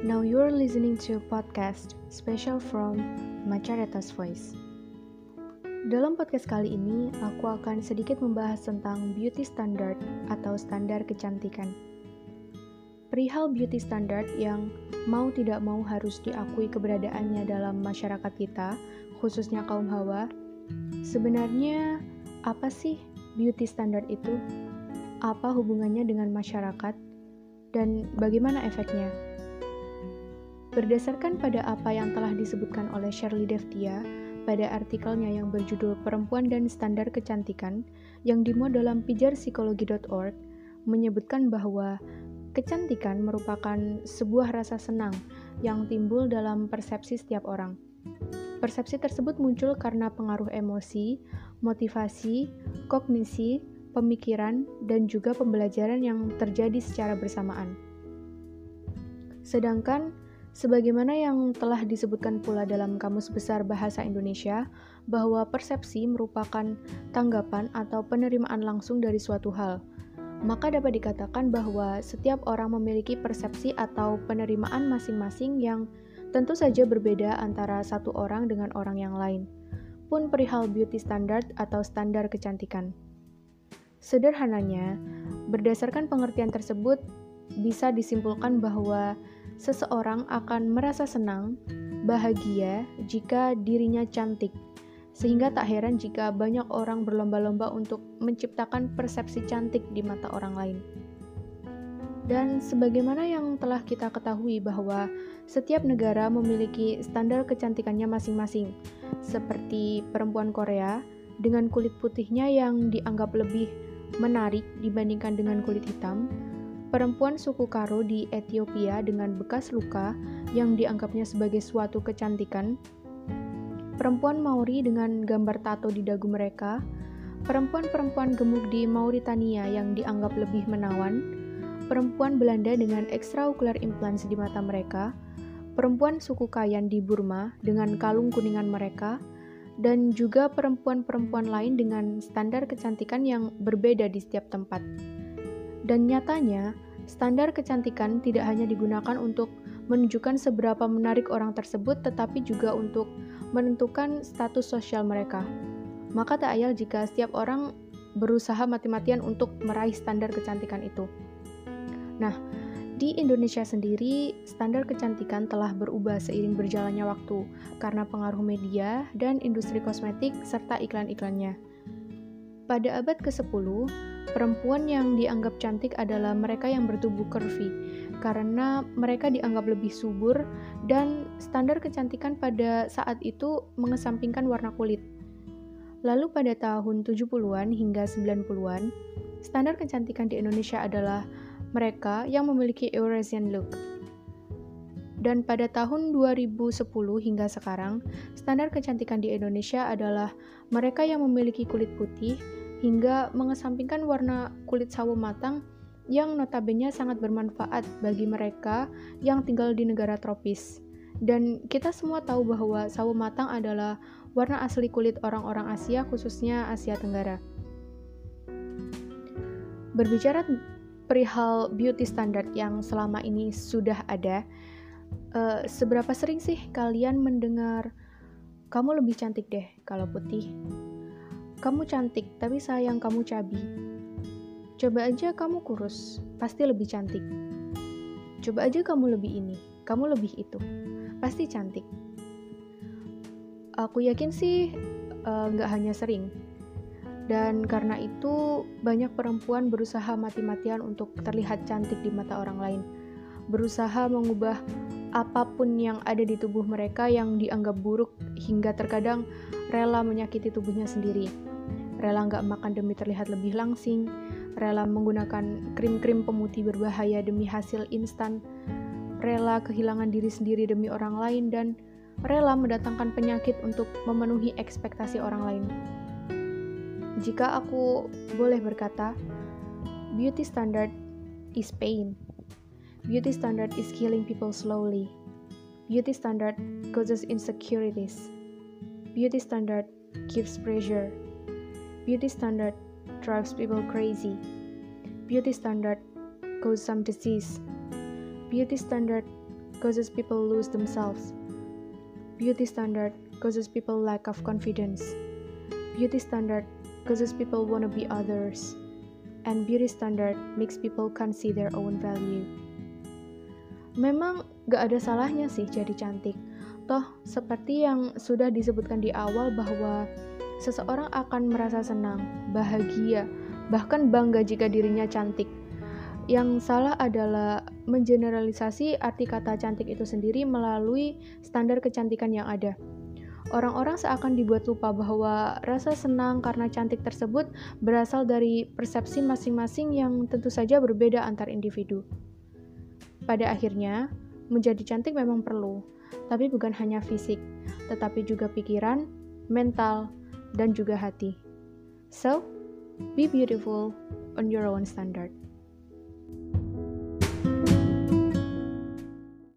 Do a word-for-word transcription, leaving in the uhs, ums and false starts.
Now you're listening to a podcast special from Macareta's Voice. Dalam podcast kali ini, aku akan sedikit membahas tentang beauty standard atau standar kecantikan. Perihal beauty standard yang mau tidak mau harus diakui keberadaannya dalam masyarakat kita, khususnya kaum hawa. Sebenarnya apa sih beauty standard itu? Apa hubungannya dengan masyarakat? Dan bagaimana efeknya? Berdasarkan pada apa yang telah disebutkan oleh Shirley Devtia pada artikelnya yang berjudul Perempuan dan Standar Kecantikan yang dimuat dalam pijar psikologi dot org, menyebutkan bahwa kecantikan merupakan sebuah rasa senang yang timbul dalam persepsi setiap orang. Persepsi tersebut muncul karena pengaruh emosi, motivasi, kognisi, pemikiran, dan juga pembelajaran yang terjadi secara bersamaan. Sedangkan sebagaimana yang telah disebutkan pula dalam Kamus Besar Bahasa Indonesia, bahwa persepsi merupakan tanggapan atau penerimaan langsung dari suatu hal, maka dapat dikatakan bahwa setiap orang memiliki persepsi atau penerimaan masing-masing yang tentu saja berbeda antara satu orang dengan orang yang lain, pun perihal beauty standard atau standar kecantikan. Sederhananya, berdasarkan pengertian tersebut, bisa disimpulkan bahwa seseorang akan merasa senang, bahagia jika dirinya cantik, sehingga tak heran jika banyak orang berlomba-lomba untuk menciptakan persepsi cantik di mata orang lain. Dan sebagaimana yang telah kita ketahui bahwa setiap negara memiliki standar kecantikannya masing-masing, seperti perempuan Korea dengan kulit putihnya yang dianggap lebih menarik dibandingkan dengan kulit hitam, perempuan suku Karo di Ethiopia dengan bekas luka yang dianggapnya sebagai suatu kecantikan, perempuan Maori dengan gambar tato di dagu mereka, perempuan-perempuan gemuk di Mauritania yang dianggap lebih menawan, perempuan Belanda dengan extraocular implants di mata mereka, perempuan suku Kayan di Burma dengan kalung kuningan mereka, dan juga perempuan-perempuan lain dengan standar kecantikan yang berbeda di setiap tempat. Dan nyatanya, standar kecantikan tidak hanya digunakan untuk menunjukkan seberapa menarik orang tersebut, tetapi juga untuk menentukan status sosial mereka. Maka tak ayal jika setiap orang berusaha mati-matian untuk meraih standar kecantikan itu. Nah, di Indonesia sendiri, standar kecantikan telah berubah seiring berjalannya waktu karena pengaruh media dan industri kosmetik serta iklan-iklannya. Pada abad kesepuluh, perempuan yang dianggap cantik adalah mereka yang bertubuh curvy, karena mereka dianggap lebih subur dan standar kecantikan pada saat itu mengesampingkan warna kulit. Lalu pada tahun tujuh puluhan hingga sembilan puluhan, standar kecantikan di Indonesia adalah mereka yang memiliki Eurasian look. Dan pada tahun dua ribu sepuluh hingga sekarang, standar kecantikan di Indonesia adalah mereka yang memiliki kulit putih hingga mengesampingkan warna kulit sawo matang yang notabene sangat bermanfaat bagi mereka yang tinggal di negara tropis. Dan kita semua tahu bahwa sawo matang adalah warna asli kulit orang-orang Asia, khususnya Asia Tenggara. Berbicara perihal beauty standard yang selama ini sudah ada, Uh, seberapa sering sih kalian mendengar, kamu lebih cantik deh kalau putih, kamu cantik tapi sayang kamu cabi, coba aja kamu kurus, pasti lebih cantik, coba aja kamu lebih ini, kamu lebih itu, pasti cantik. Aku yakin sih uh, gak hanya sering, dan karena itu banyak perempuan berusaha mati-matian untuk terlihat cantik di mata orang lain, berusaha mengubah apapun yang ada di tubuh mereka yang dianggap buruk, hingga terkadang rela menyakiti tubuhnya sendiri. Rela nggak makan demi terlihat lebih langsing, rela menggunakan krim-krim pemutih berbahaya demi hasil instan, rela kehilangan diri sendiri demi orang lain, dan rela mendatangkan penyakit untuk memenuhi ekspektasi orang lain. Jika aku boleh berkata, beauty standard is pain. Beauty standard is killing people slowly. Beauty standard causes insecurities. Beauty standard gives pressure. Beauty standard drives people crazy. Beauty standard causes some disease. Beauty standard causes people lose themselves. Beauty standard causes people lack of confidence. Beauty standard causes people wanna be others. And beauty standard makes people can't see their own value. Memang gak ada salahnya sih jadi cantik. Toh, seperti yang sudah disebutkan di awal bahwa seseorang akan merasa senang, bahagia, bahkan bangga jika dirinya cantik. Yang salah adalah mengeneralisasi arti kata cantik itu sendiri melalui standar kecantikan yang ada. Orang-orang seakan dibuat lupa bahwa rasa senang karena cantik tersebut berasal dari persepsi masing-masing yang tentu saja berbeda antar individu. Pada akhirnya, menjadi cantik memang perlu, tapi bukan hanya fisik, tetapi juga pikiran, mental, dan juga hati. So, be beautiful on your own standard.